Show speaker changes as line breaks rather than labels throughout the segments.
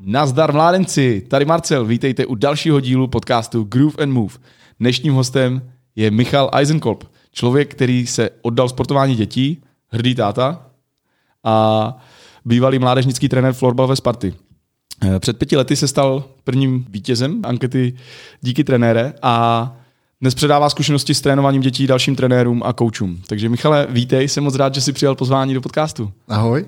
Nazdar mládenci, tady Marcel, vítejte u dalšího dílu podcastu Groove and Move. Dnešním hostem je Michal Eisenkolb, člověk, který se oddal sportování dětí, hrdý táta a bývalý mládežnický trenér florbalové Sparty. Před 5 lety se stal prvním vítězem ankety Díky trenére a dnes předává zkušenosti s trénováním dětí dalším trenérům a koučům. Takže Michale, vítej, jsem moc rád, že jsi přijal pozvání do podcastu.
Ahoj.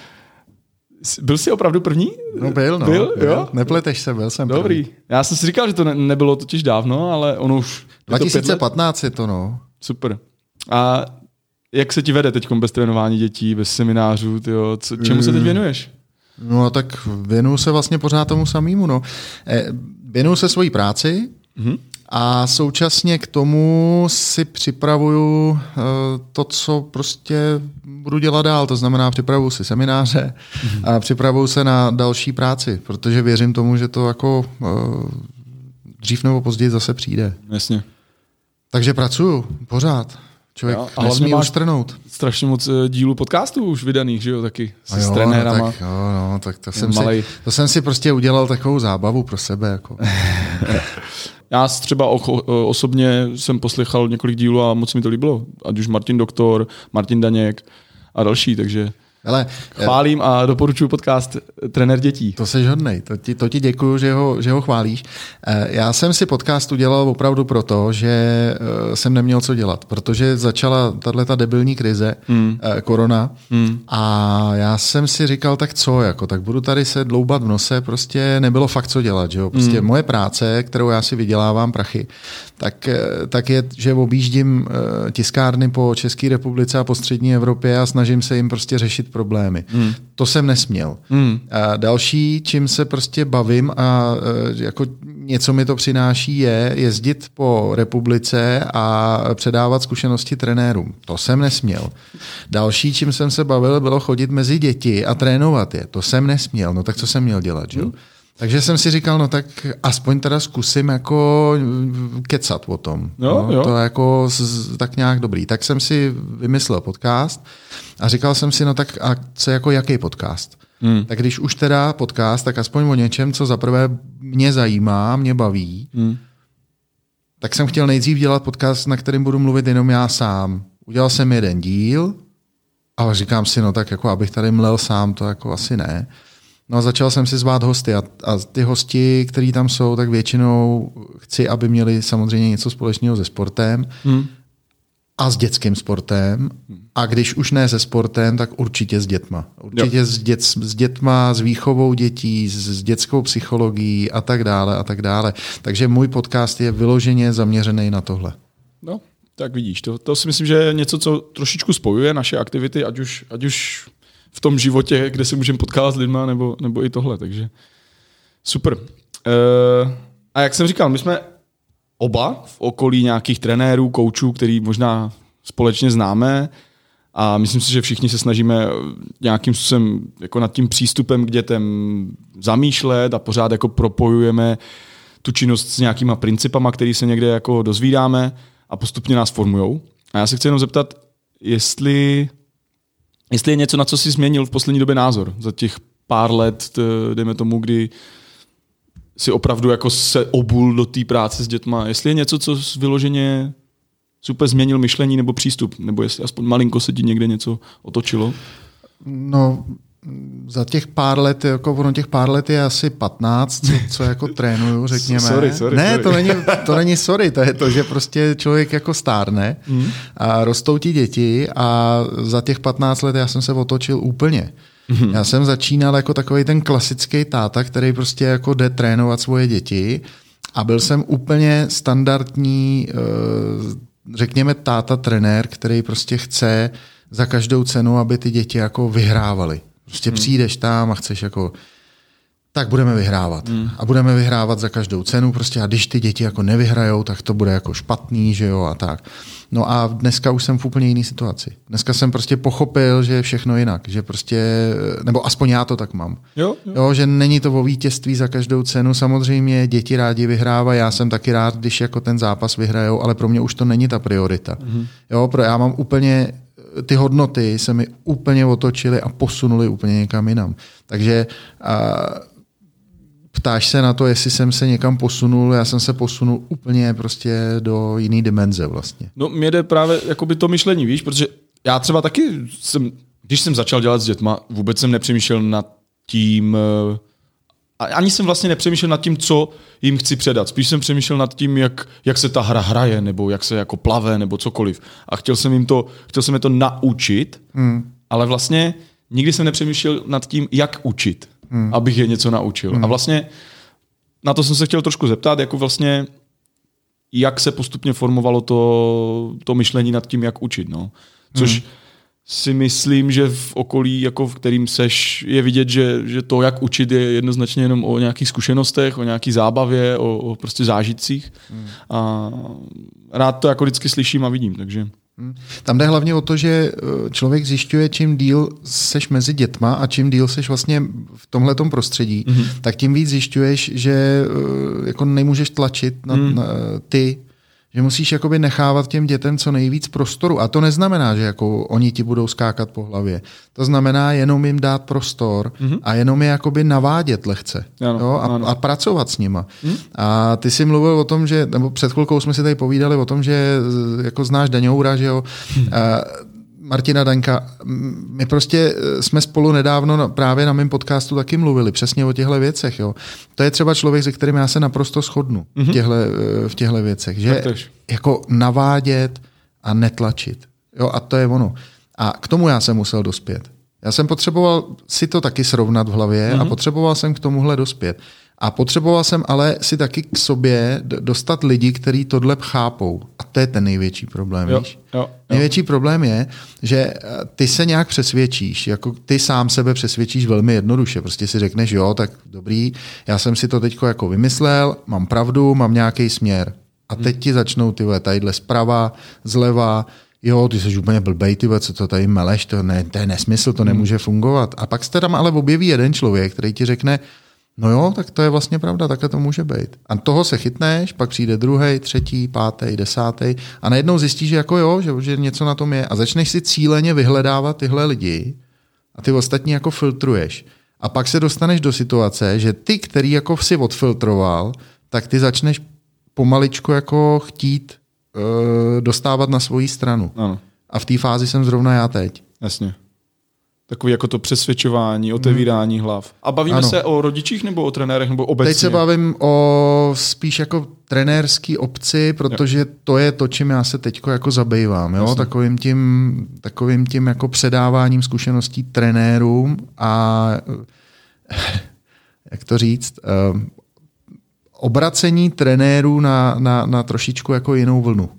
Byl jsi opravdu první?
No byl. Jo? Nepleteš se, byl jsem
Dobrý.
první.
Já jsem si říkal, že to nebylo totiž dávno, ale ono už...
2015 je to, no.
Super. A jak se ti vede teď bez trénování dětí, bez seminářů, tyjo? Čemu se teď věnuješ?
No tak věnuju se vlastně pořád tomu samému, no. Věnuju se svojí práci a současně k tomu si připravuju to, co prostě budu dělat dál. To znamená, připravuju si semináře a připravuju se na další práci, protože věřím tomu, že to jako dřív nebo později zase přijde.
Jasně.
Takže pracuju pořád. Člověk nesmí už trnout.
Strašně moc dílů podcastů už vydaných, že jo, taky s trenérama.
No, tak to jsem si prostě udělal takovou zábavu pro sebe. Jako.
Já třeba osobně jsem poslychal několik dílů a moc mi to líbilo. Ať už Martin Doktor, Martin Daněk a další, takže chválím a doporučuji podcast Trenér dětí.
To seš hodnej, to ti děkuju, že ho chválíš. Já jsem si podcast udělal opravdu proto, že jsem neměl co dělat, protože začala tato debilní krize, korona, a já jsem si říkal, tak co, jako, tak budu tady se dloubat v nose, prostě nebylo fakt co dělat, že jo? Prostě moje práce, kterou já si vydělávám prachy, tak je, že objíždím tiskárny po České republice a po střední Evropě a snažím se jim prostě řešit problémy. To jsem nesměl. A další, čím se prostě bavím a jako něco mi to přináší, je jezdit po republice a předávat zkušenosti trenérům. To jsem nesměl. Další, čím jsem se bavil, bylo chodit mezi děti a trénovat je. To jsem nesměl. No tak co jsem měl dělat, že jo? Takže jsem si říkal, no tak aspoň teda zkusím jako kecat o tom.
Jo.
To jako tak nějak dobrý. Tak jsem si vymyslel podcast a říkal jsem si, no tak a co jako jaký podcast? Tak když už teda podcast, tak aspoň o něčem, co zaprvé mě zajímá, mě baví. Tak jsem chtěl nejdřív dělat podcast, na kterým budu mluvit jenom já sám. Udělal jsem jeden díl a říkám si, no tak jako abych tady mlel sám, to jako asi ne. No a začal jsem si zvát hosty a ty hosti, kteří tam jsou, tak většinou chci, aby měli samozřejmě něco společného se sportem a s dětským sportem. A když už ne se sportem, tak určitě s dětma. Určitě s dětma, s výchovou dětí, s dětskou psychologií a tak dále a tak dále. Takže můj podcast je vyloženě zaměřený na tohle.
No, tak vidíš, to si myslím, že je něco, co trošičku spojuje naše aktivity, ať už v tom životě, kde se můžeme potkávat s lidma, nebo i tohle, takže super. A jak jsem říkal, my jsme oba v okolí nějakých trenérů, koučů, který možná společně známe a myslím si, že všichni se snažíme nějakým způsobem jako nad tím přístupem k dětem zamýšlet a pořád jako propojujeme tu činnost s nějakýma principama, který se někde jako dozvídáme a postupně nás formujou. A já se chci jenom zeptat, jestli je něco, na co jsi změnil v poslední době názor za těch pár let, dejme tomu, kdy si opravdu jako se obul do té práce s dětma. Jestli je něco, co vyloženě super změnil myšlení nebo přístup, nebo jestli aspoň malinko se ti někde něco otočilo?
No, za těch pár let, jako ono těch pár let je asi 15, co jako trénuju, řekněme.
Sorry.
Ne, to není sorry, to je to, že prostě člověk jako stárne a rostou ti děti a za těch 15 let já jsem se otočil úplně. Já jsem začínal jako takový ten klasický táta, který prostě jako jde trénovat svoje děti a byl jsem úplně standardní, řekněme táta trenér, který prostě chce za každou cenu, aby ty děti jako vyhrávaly. Prostě přijdeš tam a chceš jako, tak budeme vyhrávat. A budeme vyhrávat za každou cenu prostě a když ty děti jako nevyhrajou, tak to bude jako špatný, že jo, a tak. No a dneska už jsem v úplně jiné situaci. Dneska jsem prostě pochopil, že je všechno jinak, že prostě, nebo aspoň já to tak mám. Jo, že není to o vítězství za každou cenu. Samozřejmě děti rádi vyhrávají, já jsem taky rád, když jako ten zápas vyhrajou, ale pro mě už to není ta priorita. Jo, já mám úplně ty hodnoty se mi úplně otočily a posunuly úplně někam jinam. Takže ptáš se na to, jestli jsem se někam posunul, já jsem se posunul úplně prostě do jiný dimenze vlastně.
No mě jde právě jakoby to myšlení, víš, protože já třeba taky když jsem začal dělat s dětma, vůbec jsem nepřemýšlel nad tím, ani jsem vlastně nepřemýšlel nad tím, co jim chci předat. Spíš jsem přemýšlel nad tím, jak se ta hra hraje, nebo jak se jako plave, nebo cokoliv. A chtěl jsem je to naučit, ale vlastně nikdy jsem nepřemýšlel nad tím, jak učit, abych je něco naučil. A vlastně na to jsem se chtěl trošku zeptat, jako vlastně jak se postupně formovalo to myšlení nad tím, jak učit. No. Což si myslím, že v okolí, jako v kterým seš, je vidět, že to, jak učit, je jednoznačně jenom o nějakých zkušenostech, o nějaký zábavě, o prostě zážitcích. A rád to jako vždycky slyším a vidím, takže...
Tam jde hlavně o to, že člověk zjišťuje, čím díl seš mezi dětma a čím díl seš vlastně v tomhletom prostředí, tak tím víc zjišťuješ, že jako nemůžeš tlačit na ty, že musíš jakoby nechávat těm dětem co nejvíc prostoru. A to neznamená, že jako oni ti budou skákat po hlavě. To znamená jenom jim dát prostor a jenom je jakoby navádět lehce.
Ano,
jo? A pracovat s nima. A ty jsi mluvil o tom, že, nebo před chvilkou jsme si tady povídali o tom, že jako znáš Daňoura, že jo, Martina Daňka. My prostě jsme spolu nedávno právě na mém podcastu taky mluvili přesně o těchto věcech. Jo. To je třeba člověk, se kterým já se naprosto shodnu v těchto věcech. Že jako navádět a netlačit. Jo, a to je ono. A k tomu já jsem musel dospět. Já jsem potřeboval si to taky srovnat v hlavě a potřeboval jsem k tomuhle dospět. A potřeboval jsem ale si taky k sobě dostat lidi, kteří tohle chápou. A to je ten největší problém, víš? Jo. Největší problém je, že ty se nějak přesvědčíš, jako ty sám sebe přesvědčíš velmi jednoduše. Prostě si řekneš, jo, tak dobrý, já jsem si to teďko jako vymyslel, mám pravdu, mám nějaký směr. A teď ti začnou tadyhle zprava, zleva, jo, ty jsi úplně blbej, co to tady meleš, to je nesmysl, to nemůže fungovat. A pak se tam ale objeví jeden člověk, který ti řekne, no jo, tak to je vlastně pravda, takhle to může být. A toho se chytneš, pak přijde druhý, třetí, pátý, desátý a najednou zjistíš, že jako jo, že něco na tom je a začneš si cíleně vyhledávat tyhle lidi a ty ostatní jako filtruješ. A pak se dostaneš do situace, že ty, který jako si odfiltroval, tak ty začneš pomaličku jako chtít dostávat na svoji stranu.
Ano.
A v té fázi jsem zrovna já teď.
Jasně. Takový jako to přesvědčování, otevírání hlav. A bavíme se o rodičích nebo o trenérech nebo obecně?
Teď se bavím o spíš jako trenérský obci, protože to je to, čím já se teďko jako zabývám. Jo? Takovým tím jako předáváním zkušeností trenérům a jak to říct, obracení trenérů na trošičku jako jinou vlnu.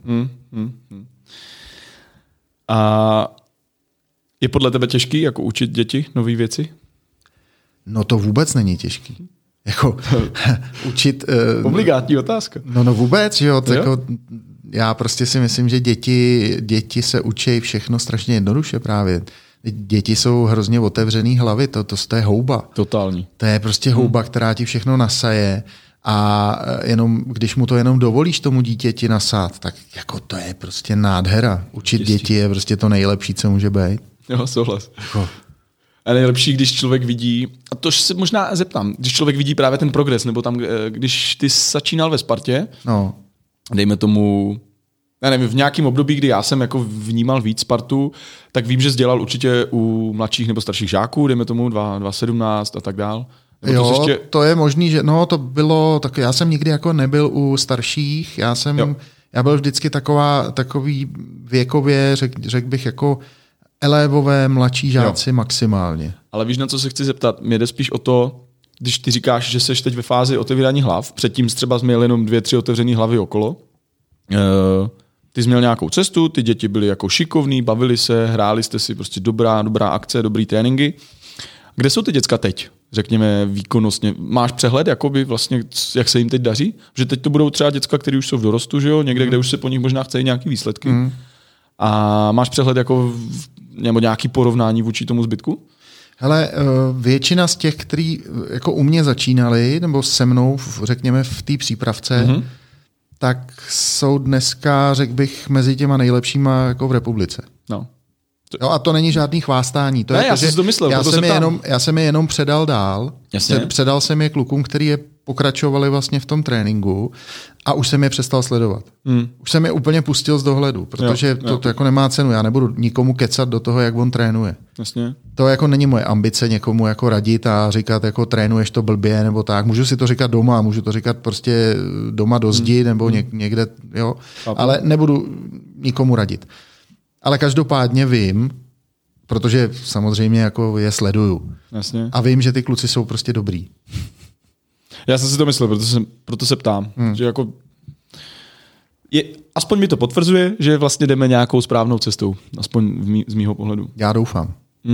A je podle tebe těžký jako učit děti nové věci?
No to vůbec není těžký. Jako učit...
Obligátní otázka.
No vůbec, jo. Jako, já prostě si myslím, že děti se učí všechno strašně jednoduše právě. Děti jsou hrozně otevřený hlavy, to je houba.
Totální.
To je prostě houba, která ti všechno nasaje a jenom, když mu to jenom dovolíš tomu dítěti nasát, tak jako to je prostě nádhera. Učit děti je prostě to nejlepší, co může být.
Jo, souhlas. A nejlepší, když člověk vidí, a to se možná zeptám, když člověk vidí právě ten progres, nebo tam, když ty začínal ve Spartě, dejme tomu, já nevím, v nějakém období, kdy já jsem jako vnímal víc Spartu, tak vím, že jsi dělal určitě u mladších nebo starších žáků, dejme tomu 2,17 a tak dál.
Jo, to je možný, že to bylo, tak já jsem nikdy jako nebyl u starších, já byl vždycky takový věkově, řekl bych jako elevové mladší žáci maximálně.
Ale víš, na co se chci zeptat? Mě jde spíš o to, když ty říkáš, že seš teď ve fázi otevírání hlav, předtím třeba jsme měli jenom 2-3 otevřené hlavy okolo, ty jsi měl nějakou cestu, ty děti byly jako šikovný, bavili se, hráli jste si prostě dobrá akce, dobrý tréninky. Kde jsou ty děcka teď? Řekněme výkonnostně. Máš přehled, jakoby vlastně, jak se jim teď daří? Že teď to budou třeba děcka, které už jsou v dorostu, že jo? Někde, kde už se po nich možná chce nějaký výsledky. A máš přehled jako nebo nějaký porovnání vůči tomu zbytku?
Hele, většina z těch, kteří jako u mě začínali, nebo se mnou, řekněme, v té přípravce, tak jsou dneska, řekl bych, mezi těma nejlepšíma jako v republice.
No.
Jo, a to není žádný chvástání.
Já jsem si to myslel.
Já jsem je jenom předal dál.
Jasně.
Předal jsem je klukům, který je pokračovali vlastně v tom tréninku a už jsem je přestal sledovat. Už jsem je úplně pustil z dohledu, protože to jako nemá cenu. Já nebudu nikomu kecat do toho, jak on trénuje.
Jasně.
To jako není moje ambice někomu jako radit a říkat, jako trénuješ to blbě nebo tak. Můžu si to říkat doma, můžu to říkat prostě doma do zdi nebo někde, jo. Ale nebudu nikomu radit. Ale každopádně vím, protože samozřejmě jako je sleduju.
Jasně.
A vím, že ty kluci jsou prostě dobrý.
Já jsem si to myslel, proto se ptám. Že jako aspoň mi to potvrzuje, že vlastně jdeme nějakou správnou cestou. Aspoň z mýho pohledu.
Já doufám.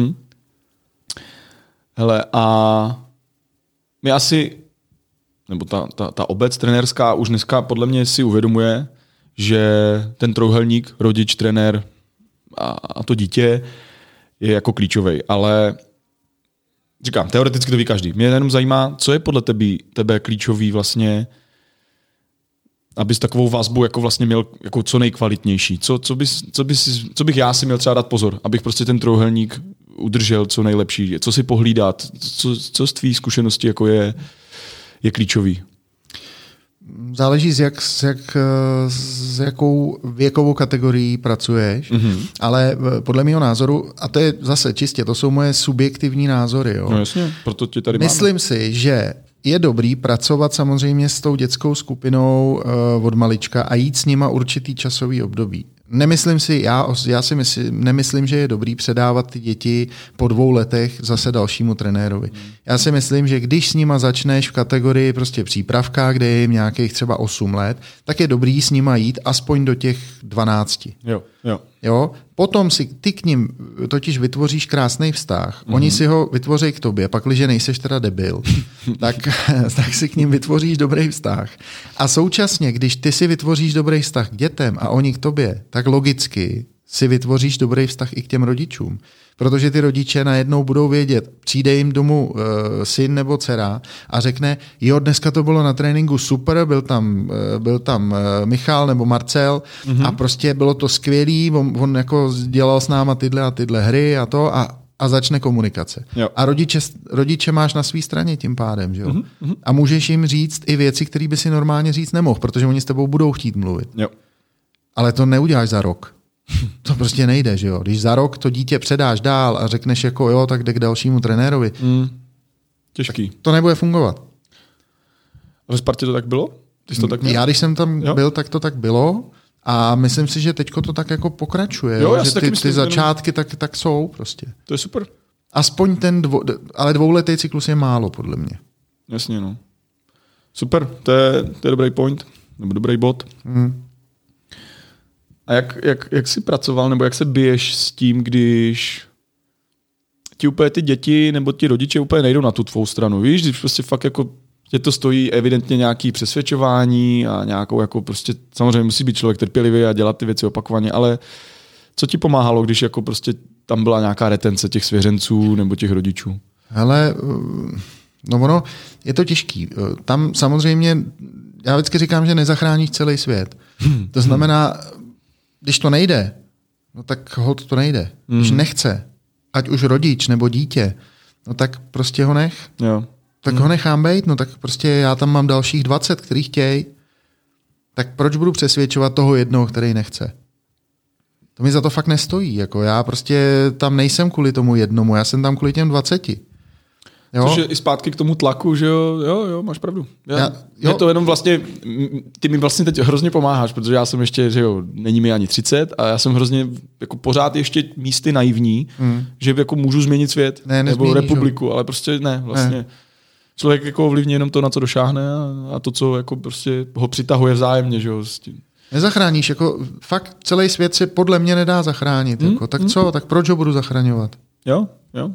Hele, a my asi, nebo ta obec trenérská už dneska podle mě si uvědomuje, že ten trojúhelník, rodič, trenér a to dítě je jako klíčový. Ale říkám, teoreticky to ví každý. Mě jenom zajímá, co je podle tebe klíčový vlastně, abys takovou vazbu jako vlastně měl jako co nejkvalitnější. Co bych já si měl třeba dát pozor, abych prostě ten trojúhelník udržel co nejlepší. Co si pohlídat, co z tvý zkušenosti jako je klíčový.
Záleží, s jakou věkovou kategorií pracuješ, ale podle mého názoru, a to je zase čistě, to jsou moje subjektivní názory. Jo.
No jasně, proto tě tady
Myslím si, že je dobrý pracovat samozřejmě s tou dětskou skupinou od malička a jít s nima určitý časový období. Nemyslím, že je dobrý předávat ty děti po 2 letech zase dalšímu trenérovi. Já si myslím, že když s nima začneš v kategorii prostě přípravka, kde je jim nějakých třeba 8 let, tak je dobrý s nima jít aspoň do těch 12. Jo? Potom si ty k ním totiž vytvoříš krásný vztah. Oni si ho vytvoří k tobě, pakliže nejseš teda debil, tak si k ním vytvoříš dobrý vztah. A současně, když ty si vytvoříš dobrý vztah k dětem a oni k tobě, tak logicky si vytvoříš dobrý vztah i k těm rodičům. Protože ty rodiče najednou budou vědět, přijde jim domů syn nebo dcera a řekne, jo, dneska to bylo na tréninku super, byl tam Michal nebo Marcel a prostě bylo to skvělý, on jako dělal s náma tyhle hry a to a začne komunikace.
Jo.
A rodiče máš na své straně tím pádem, že jo? A můžeš jim říct i věci, které by si normálně říct nemohl, protože oni s tebou budou chtít mluvit.
Jo.
Ale to neuděláš za rok. To prostě nejde, že jo? Když za rok to dítě předáš dál a řekneš jako jo, tak jde k dalšímu trenérovi.
Těžký.
To nebude fungovat.
A ve Spartě to tak bylo? Ty jsi to tak měl?
Já, když jsem tam byl, tak to tak bylo a myslím si, že teďko to tak jako pokračuje. Jo, že ty začátky tak jsou prostě.
To je super.
Aspoň ale 2letý cyklus je málo, podle mě.
Jasně, no. Super, to je dobrý point, nebo dobrý bod. A jak jsi pracoval, nebo jak se biješ s tím, když ti úplně ty děti nebo ti rodiče úplně nejdou na tu tvou stranu, víš? Když prostě fakt jako tě to stojí evidentně nějaký přesvědčování a nějakou jako prostě, samozřejmě musí být člověk trpělivý a dělat ty věci opakovaně, ale co ti pomáhalo, když jako prostě tam byla nějaká retence těch svěřenců nebo těch rodičů?
Hele, no je to těžký. Tam samozřejmě, já vždycky říkám, že nezachráníš celý svět. To znamená, když to nejde, no tak holt to nejde. Když nechce, ať už rodič nebo dítě, no tak prostě ho nech.
Jo.
Tak ho nechám bejt, no tak prostě já tam mám dalších 20, který chtějí. Tak proč budu přesvědčovat toho jednoho, který nechce? To mi za to fakt nestojí. Jako já prostě tam nejsem kvůli tomu jednomu, já jsem tam kvůli těm 20. Jo?
Což je i zpátky k tomu tlaku, že jo, máš pravdu. Je to jenom vlastně, ty mi vlastně teď hrozně pomáháš, protože já jsem ještě, že jo, není mi ani 30 a já jsem hrozně jako pořád ještě místy naivní, že jako můžu změnit svět nebo republiku, ale prostě ne, vlastně. Ne. Člověk jako ovlivní jenom to, na co došáhne a to, co jako prostě ho přitahuje vzájemně, že jo.
Nezachráníš, jako fakt celý svět se podle mě nedá zachránit. Jako, tak co, tak proč ho budu zachraňovat?
Jo,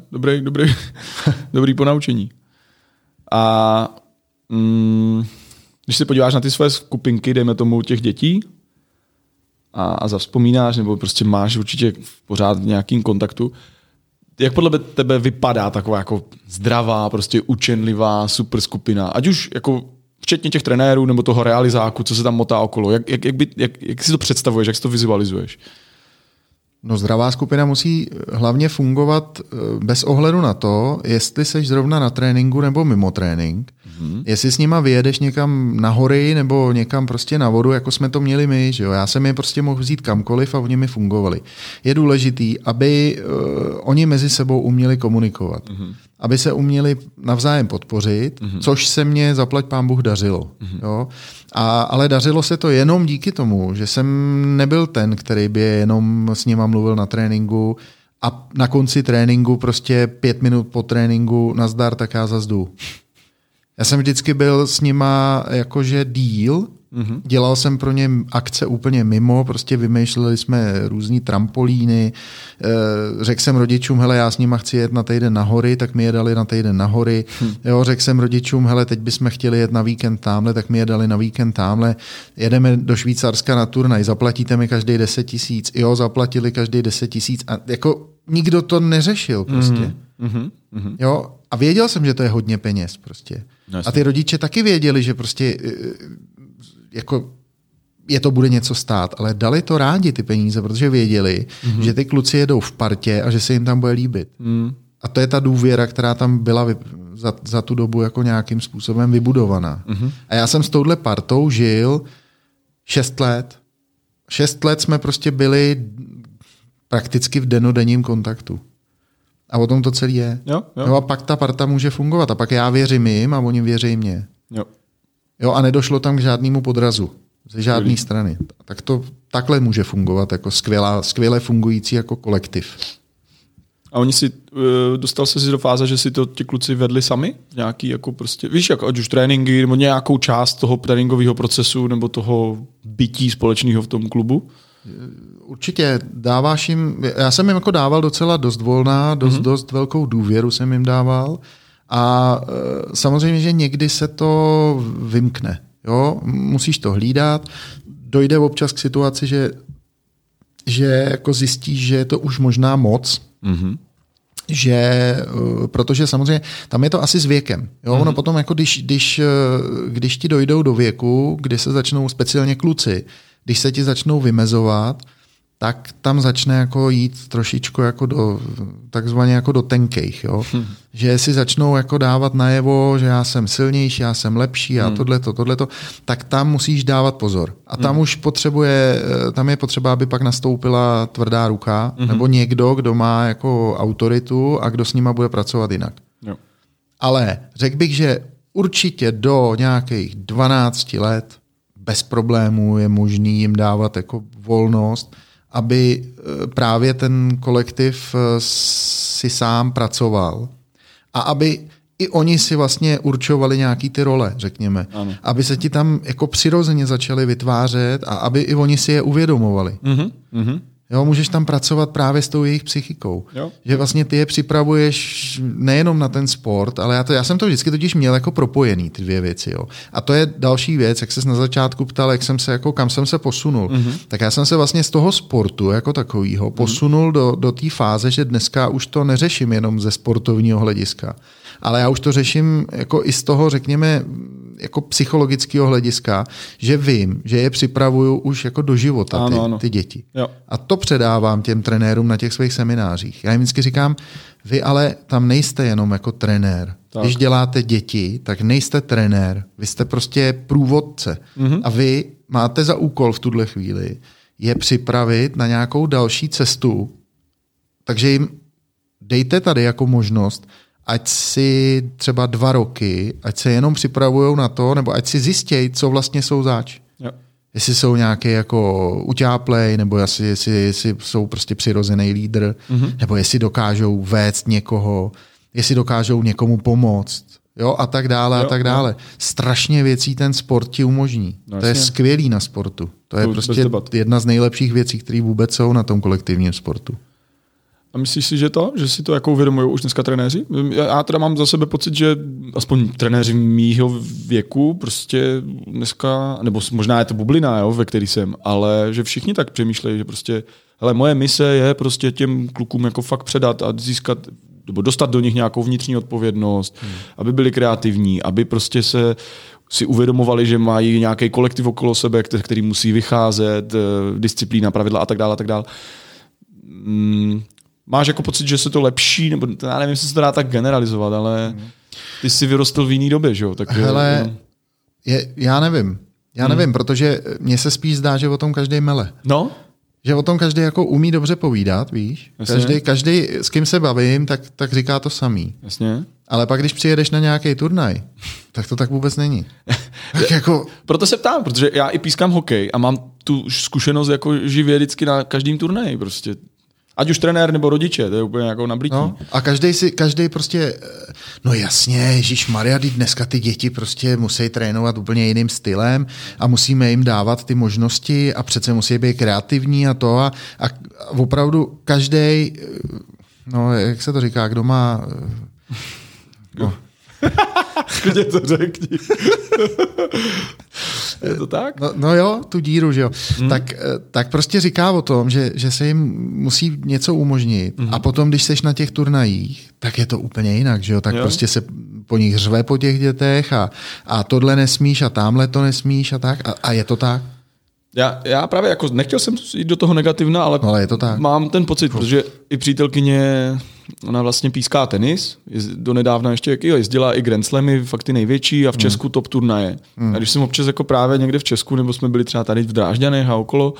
dobrý ponaučení. A když se podíváš na ty své skupinky, dejme tomu těch dětí a zavzpomínáš, nebo prostě máš určitě pořád v nějakým kontaktu, jak podle tebe vypadá taková jako zdravá, prostě učenlivá super skupina? Ať už jako včetně těch trenérů nebo toho realizáku, co se tam motá okolo. Jak si to představuješ, jak si to vizualizuješ?
No zdravá skupina musí hlavně fungovat bez ohledu na to, jestli seš zrovna na tréninku nebo mimo trénink. Jestli s nima vyjedeš někam na hory nebo někam prostě na vodu, jako jsme to měli my, že jo? Já jsem je prostě mohl vzít kamkoliv a oni mi fungovali. Je důležitý, aby oni mezi sebou uměli komunikovat. Aby se uměli navzájem podpořit, což se mně zaplať pán Bůh dařilo. Jo? Ale dařilo se to jenom díky tomu, že jsem nebyl ten, který by jenom s nima mluvil na tréninku a na konci tréninku prostě 5 minut po tréninku nazdar, tak já zas jdu. Já jsem vždycky byl s nima jakože díl, dělal jsem pro ně akce úplně mimo, prostě vymýšleli jsme různý trampolíny, řekl jsem rodičům, hele, já s nima chci jet na týden na hory, tak mi je dali na týden na hory, jo, řekl jsem rodičům, hele, teď bychom chtěli jet na víkend tamhle, tak mi je dali na víkend tamhle, jedeme do Švýcarska na turnaj, zaplatíte mi každý 10 000, jo, zaplatili každý 10 000 a jako nikdo to neřešil prostě. Jo, a věděl jsem, že to je hodně peněz prostě. A ty rodiče taky věděli, že prostě jako je to bude něco stát, ale dali to rádi ty peníze, protože věděli, že ty kluci jedou v partě a že se jim tam bude líbit. A to je ta důvěra, která tam byla za tu dobu jako nějakým způsobem vybudovaná. A já jsem s touhle partou žil 6 let. 6 let jsme prostě byli prakticky v dennodenním kontaktu. A o tom to celé je.
Jo.
No a pak ta parta může fungovat. A pak já věřím jim a oni věří mně. Jo, a nedošlo tam k žádnému podrazu. Ze žádné strany. Tak to takhle může fungovat jako skvěle fungující jako kolektiv.
A oni si, dostal se si do fáze, že si to ti kluci vedli sami? Nějaký jako prostě, víš, jako ať už tréninky, nebo nějakou část toho tréninkového procesu, nebo toho bytí společného v tom klubu?
Určitě dáváš jim, já jsem jim jako dával docela dost volná, dost velkou důvěru jsem jim dával a samozřejmě, že někdy se to vymkne. Jo? Musíš to hlídat, dojde občas k situaci, že jako zjistíš, že je to už možná moc, že, protože samozřejmě tam je to asi s věkem. Jo? Ono potom, jako když ti dojdou do věku, kdy se začnou speciálně kluci, když se ti začnou vymezovat, tak tam začne jako jít trošičku jako takzvaně jako do tenkejch. Jo? Že si začnou jako dávat najevo, že já jsem silnější, já jsem lepší a tohleto, tak tam musíš dávat pozor. A tam už tam je potřeba, aby pak nastoupila tvrdá ruka, nebo někdo, kdo má jako autoritu a kdo s nima bude pracovat jinak.
Jo.
Ale řekl bych, že určitě do nějakých 12 let bez problémů je možný jim dávat jako volnost, aby právě ten kolektiv si sám pracoval a aby i oni si vlastně určovali nějaký ty role, řekněme. Ano. Aby se ti tam jako přirozeně začali vytvářet a aby i oni si je uvědomovali. Jo, můžeš tam pracovat právě s tou jejich psychikou. Jo. Že vlastně ty je připravuješ nejenom na ten sport, ale já jsem to vždycky totiž měl jako propojený, ty dvě věci. Jo. A to je další věc, jak ses na začátku ptal, kam jsem se posunul. Tak já jsem se vlastně z toho sportu jako takového posunul do té fáze, že dneska už to neřeším jenom ze sportovního hlediska. Ale já už to řeším jako i z toho, řekněme, jako psychologického hlediska, že vím, že je připravuju už jako do života ty děti. Jo. A to předávám těm trenérům na těch svých seminářích. Já jim vždycky říkám, vy ale tam nejste jenom jako trenér. Tak. Když děláte děti, tak nejste trenér. Vy jste prostě průvodce. A vy máte za úkol v tuhle chvíli je připravit na nějakou další cestu. Takže jim dejte tady jako možnost, ať si třeba 2 roky, ať se jenom připravujou na to, nebo ať si zjistějí, co vlastně jsou zač. Jo. Jestli jsou nějaký jako uťáplej, nebo jestli jsou prostě přirozený lídr, nebo jestli dokážou vést někoho, jestli dokážou někomu pomoct, jo, a tak dále, a tak dále. Strašně věcí ten sport ti umožní. No, to je skvělý na sportu. To je prostě jedna z nejlepších věcí, které vůbec jsou na tom kolektivním sportu.
A myslíš si, že si to jako uvědomují už dneska trenéři? Já teda mám za sebe pocit, že aspoň trenéři mýho věku prostě dneska, nebo možná je to bublina, jo, ve který jsem, ale že všichni tak přemýšlejí, že prostě, hele, moje mise je prostě těm klukům jako fakt předat a získat, nebo dostat do nich nějakou vnitřní odpovědnost, aby byli kreativní, aby prostě si uvědomovali, že mají nějaký kolektiv okolo sebe, který musí vycházet, disciplína, pravidla a tak dále, a tak dále. Máš jako pocit, že se to lepší, nebo já nevím, jestli se to dá tak generalizovat, ale... ty jsi vyrostl v jiný době, že jo? Tak
hele, já nevím. Já nevím, protože mně se spíš zdá, že o tom každý mele.
No?
Že o tom každý jako umí dobře povídat, víš? Každý, s kým se bavím, tak říká to samý.
Jasně.
Ale pak, když přijedeš na nějaký turnaj, tak to tak vůbec není. Tak jako...
Proto se ptám, protože já i pískám hokej a mám tu zkušenost jako živě vždycky na každém turnaji prostě. Ať už trenér nebo rodiče, to je úplně jako nablití.
No, a každý prostě, no jasně, ježišmarja, dneska ty děti prostě musí trénovat úplně jiným stylem a musíme jim dávat ty možnosti a přece musí být kreativní a to a opravdu každý, no jak se to říká, kdo má... No.
Klidně to řekni. Je to tak?
No jo, tu díru, že jo. Tak prostě říká o tom, že se jim musí něco umožnit a potom, když seš na těch turnajích, tak je to úplně jinak, že jo. Tak prostě se po nich řve po těch dětech a tohle nesmíš a tamhle to nesmíš a tak a je to tak.
Já právě jako nechtěl jsem jít do toho negativna, ale
je to tak.
Mám ten pocit, protože i přítelkyně, ona vlastně píská tenis, donedávna ještě jezdila i Grand Slamy, fakt ty největší a v Česku top turnaje. A když jsem občas jako právě někde v Česku, nebo jsme byli třeba tady v Drážďanech a okolo,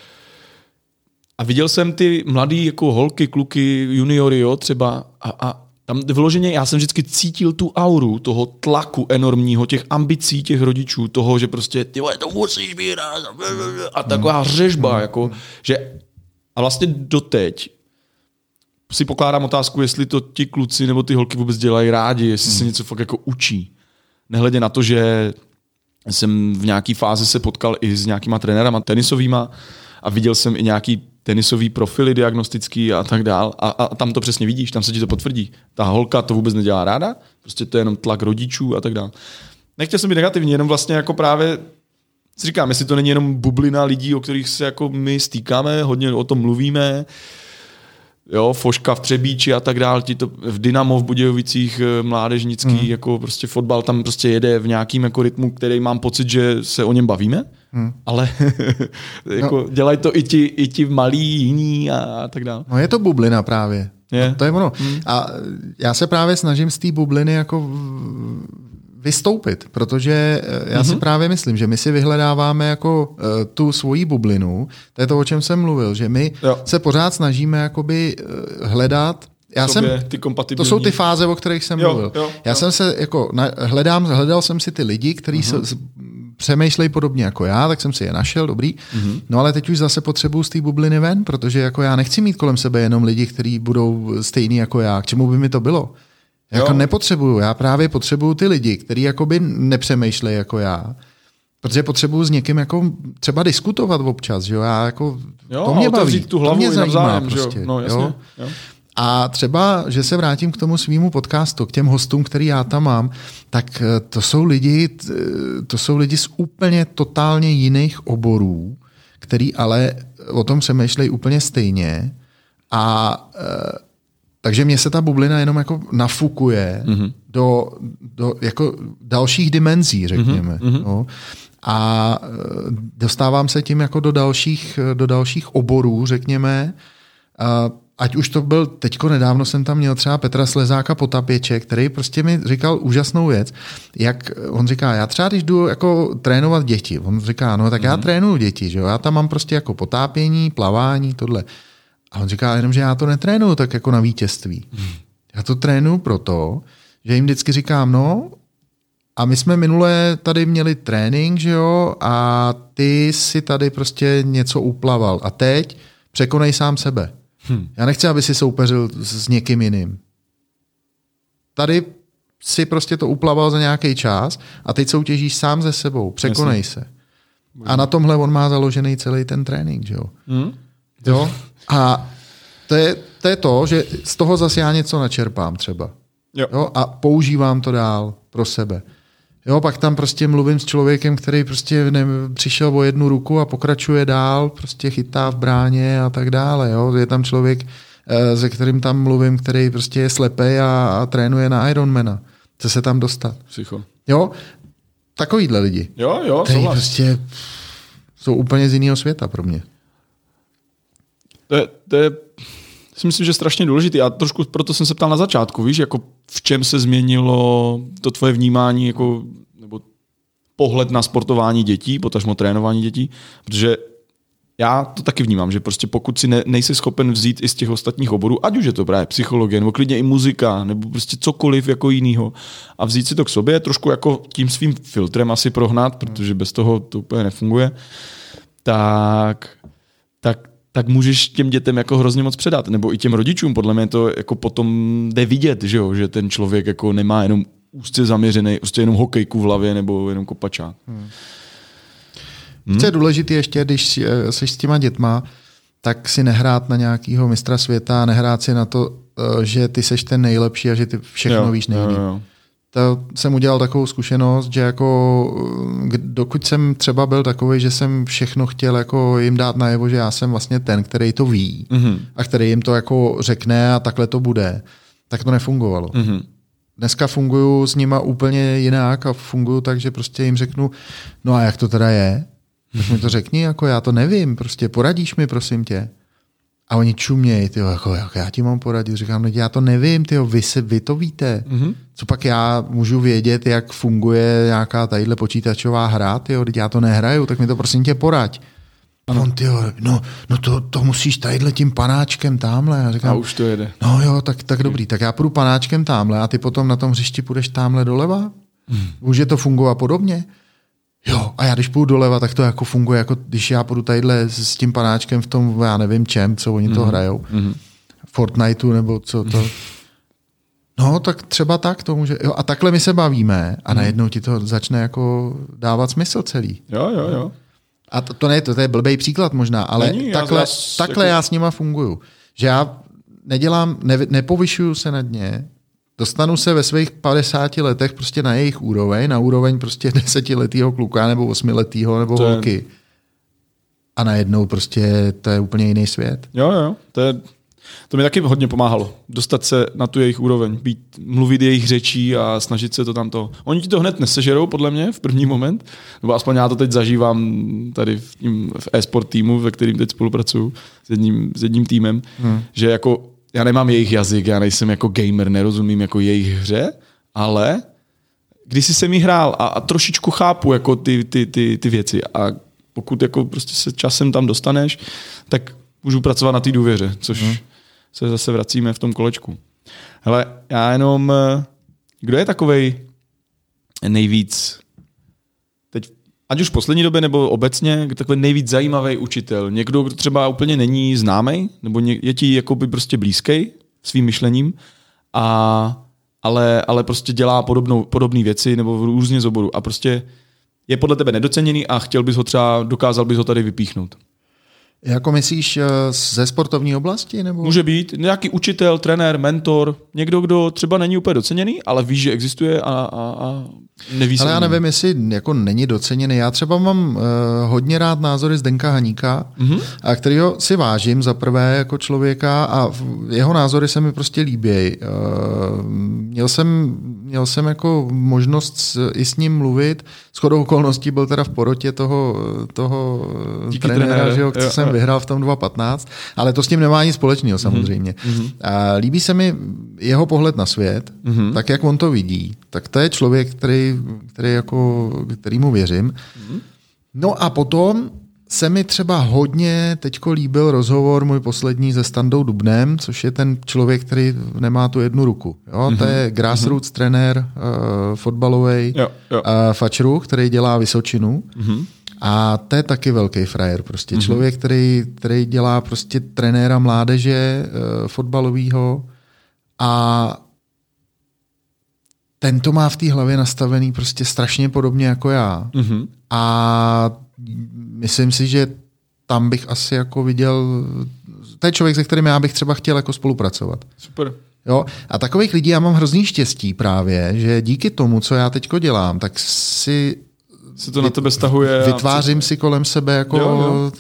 a viděl jsem ty mladý jako holky, kluky, juniory, jo, třeba a tam vyloženě já jsem vždycky cítil tu auru toho tlaku enormního, těch ambicí těch rodičů, toho, že prostě ty vole, to musíš vyhrát a taková řežba, jako, že a vlastně doteď si pokládám otázku, jestli to ti kluci nebo ty holky vůbec dělají rádi, jestli se něco fakt jako učí. Nehledě na to, že jsem v nějaký fázi se potkal i s nějakýma trenérama tenisovýma a viděl jsem i nějaký tenisový profily diagnostický a tak dál. A tam to přesně vidíš, tam se ti to potvrdí. Ta holka to vůbec nedělá ráda, prostě to je jenom tlak rodičů a tak dál. Nechtěl jsem být negativní, jenom vlastně jako právě si říkám, jestli to není jenom bublina lidí, o kterých se jako my stýkáme, hodně o tom mluvíme, jo, Foška v Třebíči a tak dál, v Dynamo v Budějovicích mládežnický, jako prostě fotbal tam prostě jede v nějakým jako rytmu, který mám pocit, že se o něm bavíme, ale jako dělají to i ti malí jiní a tak dál.
No je to bublina právě. To je ono. A já se právě snažím z té bubliny jako vystoupit, protože já si právě myslím, že my si vyhledáváme jako tu svoji bublinu, to je to, o čem jsem mluvil, že my se pořád snažíme jakoby hledat to jsou ty fáze, o kterých jsem mluvil. Já jsem se jako hledal jsem si ty lidi, kteří přemýšlejí podobně jako já, tak jsem si je našel, dobrý. No ale teď už zase potřebuju z té bubliny ven, protože jako já nechci mít kolem sebe jenom lidi, kteří budou stejní jako já. K čemu by mi to bylo? Jako nepotřebuju, já právě potřebuju ty lidi, kteří jakoby nepřemýšlejí jako já. Protože potřebuju s někým jako třeba diskutovat občas, že jo? Já jako to mě baví,
tu hlavu
to mě zajímá
navzájem,
prostě.
No, jasně,
jo? A třeba, že se vrátím k tomu svýmu podcastu, k těm hostům, který já tam mám, tak to jsou lidi z úplně totálně jiných oborů, který ale o tom přemýšlejí úplně stejně a takže mě se ta bublina jenom jako nafukuje do jako dalších dimenzí, řekněme. No. A dostávám se tím jako do dalších oborů, řekněme. Ať už to byl, teďko nedávno jsem tam měl třeba Petra Slezáka Potapěče, který prostě mi říkal úžasnou věc. Jak on říká, já třeba když jdu jako trénovat děti, on říká, no tak já trénuju děti, že jo? Já tam mám prostě jako potápění, plavání, tohle. A on říká, jenom, že já to netrénuju tak jako na vítězství. Já to trénuju proto, že jim vždycky říkám, no a my jsme minule tady měli trénink, že jo, a ty si tady prostě něco uplaval a teď překonej sám sebe. Já nechci, aby si soupeřil s někým jiným. Tady si prostě to uplaval za nějaký čas a teď soutěžíš sám se sebou. Překonej se. A na tomhle on má založený celý ten trénink, že jo. Jo? A to je to, že z toho zase já něco načerpám třeba. Jo? A používám to dál pro sebe. Jo, pak tam prostě mluvím s člověkem, který prostě přišel o jednu ruku a pokračuje dál, prostě chytá v bráně a tak dále. Jo? Je tam člověk, se kterým tam mluvím, který prostě je slepej a trénuje na Ironmana. Chce se tam dostat.
Psycho.
Jo, takovýhle lidi.
Jo,
který prostě jsou úplně z jiného světa pro mě.
To je si myslím, že strašně důležitý. A trošku proto jsem se ptal na začátku, víš, jako v čem se změnilo to tvoje vnímání jako, nebo pohled na sportování dětí, potažmo trénování dětí, protože já to taky vnímám, že prostě pokud si nejsi schopen vzít i z těch ostatních oborů, ať už je to právě psychologie, nebo klidně i muzika, nebo prostě cokoliv jako jinýho a vzít si to k sobě, trošku jako tím svým filtrem asi prohnat, protože bez toho to úplně nefunguje, tak můžeš těm dětem jako hrozně moc předat. Nebo i těm rodičům, podle mě to jako potom jde vidět, že ten člověk jako nemá jenom úzce zaměřený, prostě jenom hokejku v hlavě nebo jenom kopačák.
Co je důležité ještě, když jsi s těma dětma, tak si nehrát na nějakého mistra světa, nehrát si na to, že ty seš ten nejlepší a že ty všechno víš nejlíp. To jsem udělal takovou zkušenost, že jako dokud jsem třeba byl takový, že jsem všechno chtěl jako jim dát najevo, že já jsem vlastně ten, který to ví a který jim to jako řekne a takhle to bude, tak to nefungovalo. Dneska funguju s nima úplně jinak a funguju tak, že prostě jim řeknu, no a jak to teda je? Tak mi to řekni, jako já to nevím, prostě poradíš mi, prosím tě. A oni čumějí, tyjo, jako jak já ti mám poradit? Říkám, já to nevím, tyjo, vy to víte. Co pak já můžu vědět, jak funguje nějaká tadyhle počítačová hra, tyjo, já to nehraju, tak mi to prosím tě poraď. A on, tyjo, no to musíš tadyhle tím panáčkem támhle. A říkám,
a už to jede.
No jo, tak dobrý, tak já půjdu panáčkem támhle a ty potom na tom hřišti půjdeš támhle doleva? Může to fungovat podobně? Jo, a já když půjdu doleva, tak to jako funguje, jako když já půjdu tadyhle s tím panáčkem v tom, já nevím čem, co oni to hrajou. Fortniteu nebo co to. No, tak třeba tak to může. Jo, a takhle my se bavíme a najednou ti to začne jako dávat smysl celý.
Jo.
A to je blbej příklad možná, ale takhle já s nima funguju. Že já nepovyšuju se nad ně, dostanu se ve svých 50 letech prostě na jejich úroveň, na úroveň prostě 10letého kluka nebo 8letého nebo holky. A najednou prostě to je úplně jiný svět.
Jo. To mi taky hodně pomáhalo. Dostat se na tu jejich úroveň, mluvit jejich řečí a snažit se to tam to. Oni ti to hned nesežerou, podle mě, v první moment. Nebo aspoň já to teď zažívám tady v e-sport týmu, ve kterým teď spolupracuju s jedním týmem, že jako já nemám jejich jazyk, já nejsem jako gamer, nerozumím jako jejich hře, ale když jsem jí hrál a trošičku chápu jako ty věci a pokud jako prostě se časem tam dostaneš, tak můžu pracovat na té důvěře, což se zase vracíme v tom kolečku. Hele, já jenom, kdo je takovej nejvíc, teď, ať už v poslední době nebo obecně, takový nejvíc zajímavý učitel? Někdo, kdo třeba úplně není známý, nebo je ti jakoby prostě blízký svým myšlením, ale prostě dělá podobné věci nebo různě z oboru a prostě je podle tebe nedoceněný a dokázal bys ho tady vypíchnout.
Jako myslíš ze sportovní oblasti? Nebo?
Může být nějaký učitel, trenér, mentor, někdo, kdo třeba není úplně doceněný, ale ví, že existuje a neví se.
Ale já nevím, jestli jako není doceněný. Já třeba mám hodně rád názory Zdenka Haníka, a kterýho si vážím za prvé jako člověka a jeho názory se mi prostě líbí. Měl jsem jako možnost i s ním mluvit. Shodou okolností byl teda v porotě toho trenéra, že co jsem vyhrál v tom 2015, ale to s tím nemá nic společného samozřejmě. A líbí se mi jeho pohled na svět, tak jak on to vidí. Tak to je člověk, kterýmu věřím. No a potom se mi třeba hodně teďko líbil rozhovor můj poslední se Standou Dubnem, což je ten člověk, který nemá tu jednu ruku. Jo? To je grassroots trenér fotbalový fačru, který dělá Vysočinu. A to je taky velký frajer. Prostě člověk, který dělá prostě trenéra mládeže fotbalového a ten to má v té hlavě nastavený prostě strašně podobně jako já. A myslím si, že tam bych asi jako viděl, to je člověk, se kterým já bych třeba chtěl jako spolupracovat.
Super.
Jo? A takových lidí já mám hrozný štěstí právě, že díky tomu, co já teďko dělám, tak si
se to na tebe stahuje.
Vytvářím si kolem sebe jako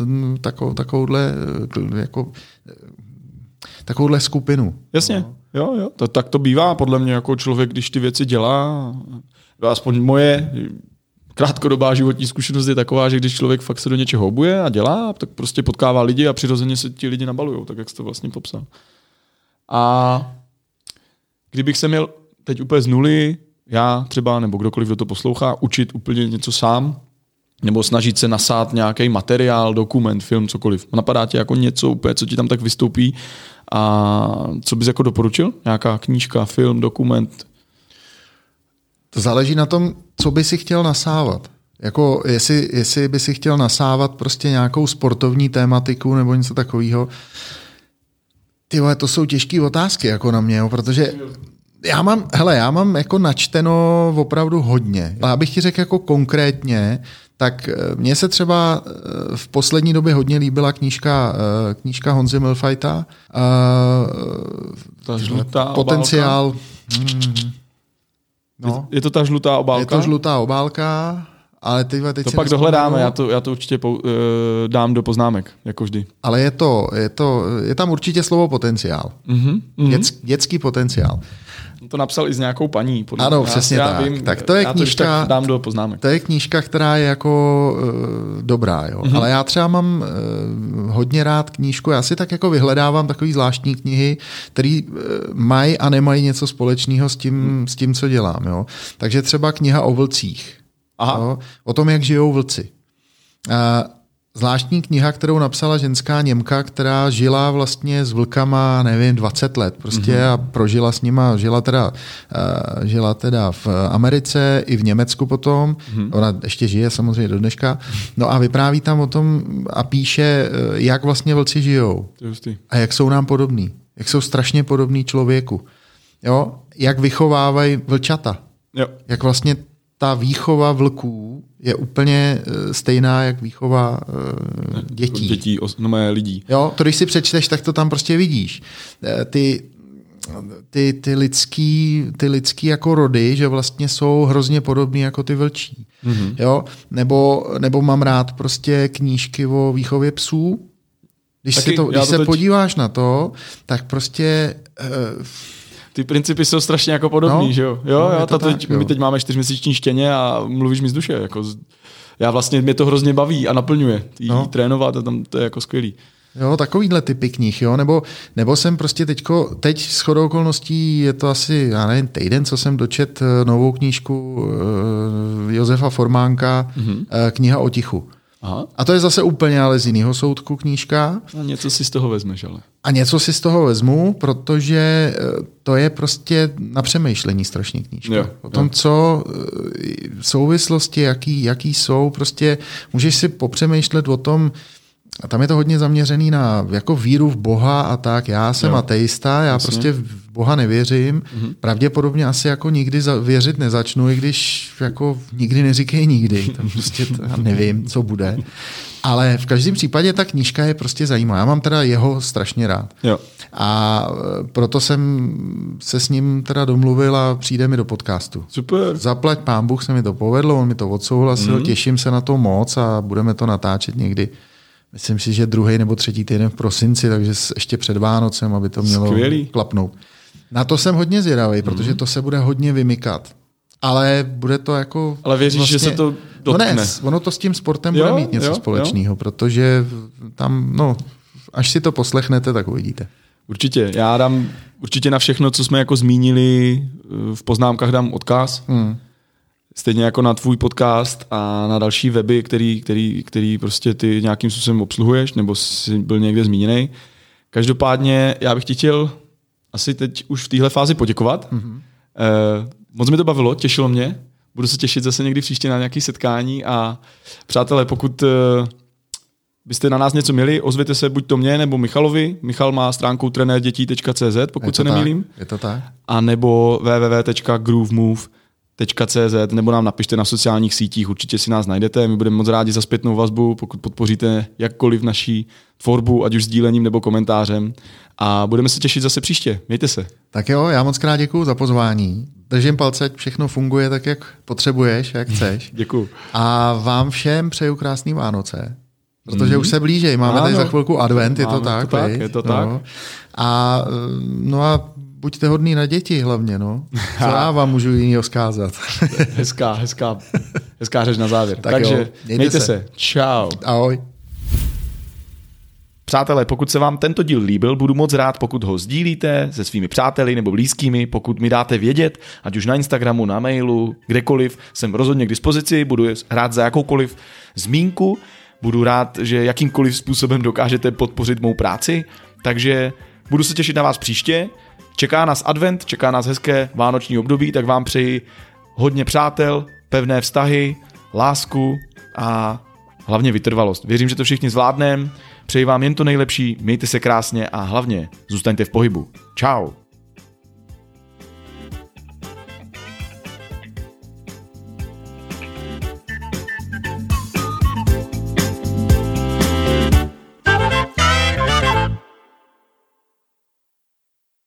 takovouhle skupinu.
Jasně. Jo. Tak to bývá podle mě jako člověk, když ty věci dělá. Aspoň moje krátkodobá životní zkušenost je taková, že když člověk fakt se do něčeho obuje a dělá, tak prostě potkává lidi a přirozeně se ti lidi nabalujou, tak jak jsi to vlastně popsal. A kdybych se měl teď úplně z nuly, já třeba, nebo kdokoliv, kdo to poslouchá, učit úplně něco sám, nebo snažit se nasát nějaký materiál, dokument, film, cokoliv. Napadá tě jako něco úplně, co ti tam tak vystoupí a co bys jako doporučil? Nějaká knížka, film, dokument?
To záleží na tom, co by si chtěl nasávat. Jako jestli by si chtěl nasávat prostě nějakou sportovní tématiku nebo něco takového. Ty vole, to jsou těžké otázky jako na mě, jo, protože já mám jako načteno opravdu hodně. A abych ti řekl jako konkrétně, tak mně se třeba v poslední době hodně líbila knížka Honzy Milfajta.
Ta žlutá
Potenciál.
No. Je to ta žlutá obálka?
Je to žlutá obálka, ale teď
to pak dohledáme, já to určitě dám do poznámek, jako vždy.
Ale je tam určitě slovo potenciál. Dětský potenciál.
To napsal i s nějakou paní.
Ano, přesně tak.
Vím,
tak to je knížka,
dám do poznámek.
To je knížka, která je jako dobrá. Jo? Ale já třeba mám hodně rád knížku, já si tak jako vyhledávám takový zvláštní knihy, které mají a nemají něco společného s tím, co dělám. Jo? Takže třeba kniha o vlcích. Jo? O tom, jak žijou vlci. Zvláštní kniha, kterou napsala ženská Němka, která žila vlastně s vlkama, nevím, 20 let prostě a prožila s nima, žila teda v Americe i v Německu potom, ona ještě žije samozřejmě do dneška, no a vypráví tam o tom a píše, jak vlastně vlci žijou a jak jsou nám podobní, jak jsou strašně podobní člověku, jo? Jak vychovávají vlčata,
jo.
Jak vlastně ta výchova vlků je úplně stejná, jak výchova dětí.
Dětí, lidí.
Jo, to když si přečteš, tak to tam prostě vidíš. Ty lidský jako rody, že vlastně jsou hrozně podobný jako ty vlčí. Jo? Nebo mám rád prostě knížky o výchově psů. Když se podíváš na to, tak prostě...
Ty principy jsou strašně jako podobný, že jo? My teď máme 4měsíční štěně a mluvíš mi z duše. Jako já vlastně, mě to hrozně baví a naplňuje. Trénovat a tam to je jako skvělý.
Jo, takovýhle typy knih, jo? Nebo jsem prostě teď shodou okolností, je to asi, já nevím, týden, co jsem dočet novou knížku Josefa Formánka, Kniha o tichu.
Aha.
A to je zase úplně ale z jiného soudku knížka.
A něco si z toho vezmeš, ale.
A něco si z toho vezmu, protože to je prostě na přemýšlení strašně knížka.
Jo,
o tom, co souvislosti, jaký jsou, prostě můžeš si popřemýšlet o tom, a tam je to hodně zaměřený na jako víru v Boha a tak. Já jsem ateista, já prostě v Boha nevěřím. Pravděpodobně asi jako nikdy věřit nezačnu, i když jako nikdy neříkej nikdy. Tam prostě nevím, co bude. Ale v každém případě ta knížka je prostě zajímavá. Já mám teda jeho strašně rád.
Jo.
A proto jsem se s ním teda domluvil a přijde mi do podcastu.
Super.
Zaplať pán Bůh, se mi to povedlo, on mi to odsouhlasil, těším se na to moc a budeme to natáčet někdy. Myslím si, že 2. nebo 3. týden v prosinci, takže ještě před Vánocem, aby to mělo klapnout. Na to jsem hodně zvědavý, protože to se bude hodně vymykat. Ale bude to jako...
Ale věříš, vlastně, že se to dotkne?
No ne, ono to s tím sportem bude mít něco společného, protože tam, až si to poslechnete, tak uvidíte.
Určitě. Já dám určitě na všechno, co jsme jako zmínili, v poznámkách dám odkaz. Stejně jako na tvůj podcast a na další weby, který prostě ty nějakým způsobem obsluhuješ, nebo jsi byl někde zmíněný. Každopádně já bych ti chtěl asi teď už v téhle fázi poděkovat. Moc mi to bavilo, těšilo mě. Budu se těšit zase někdy příště na nějaké setkání a přátelé, pokud byste na nás něco měli, ozvěte se buď to mě nebo Michalovi. Michal má stránku trenérdětí.cz, pokud se nemýlím.
Je to tak.
A nebo www.groovemove.cz nebo nám napište na sociálních sítích, určitě si nás najdete. My budeme moc rádi za zpětnou vazbu, pokud podpoříte jakkoliv naší tvorbu, ať už sdílením nebo komentářem. A budeme se těšit zase příště. Mějte se.
Tak jo, já moc krát děkuju za pozvání. Držím palce, ať všechno funguje tak, jak potřebuješ, jak chceš.
Děkuju.
A vám všem přeju krásný Vánoce. Protože už se blíží, máme tady za chvilku advent, je to tak?
Je to tak.
A buďte hodný na děti hlavně, Co já vám můžu jinýho vzkázat?
Hezká řeč na závěr. Takže mějte se. Čau.
Ahoj.
Přátelé, pokud se vám tento díl líbil, budu moc rád, pokud ho sdílíte se svými přáteli nebo blízkými, pokud mi dáte vědět, ať už na Instagramu, na mailu, kdekoliv, jsem rozhodně k dispozici, budu rád za jakoukoliv zmínku, budu rád, že jakýmkoliv způsobem dokážete podpořit mou práci, takže budu se těšit na vás příště. Čeká nás advent, čeká nás hezké vánoční období, tak vám přeji hodně přátel, pevné vztahy, lásku a hlavně vytrvalost. Věřím, že to všichni zvládneme. Přeji vám jen to nejlepší, mějte se krásně a hlavně zůstaňte v pohybu. Čau.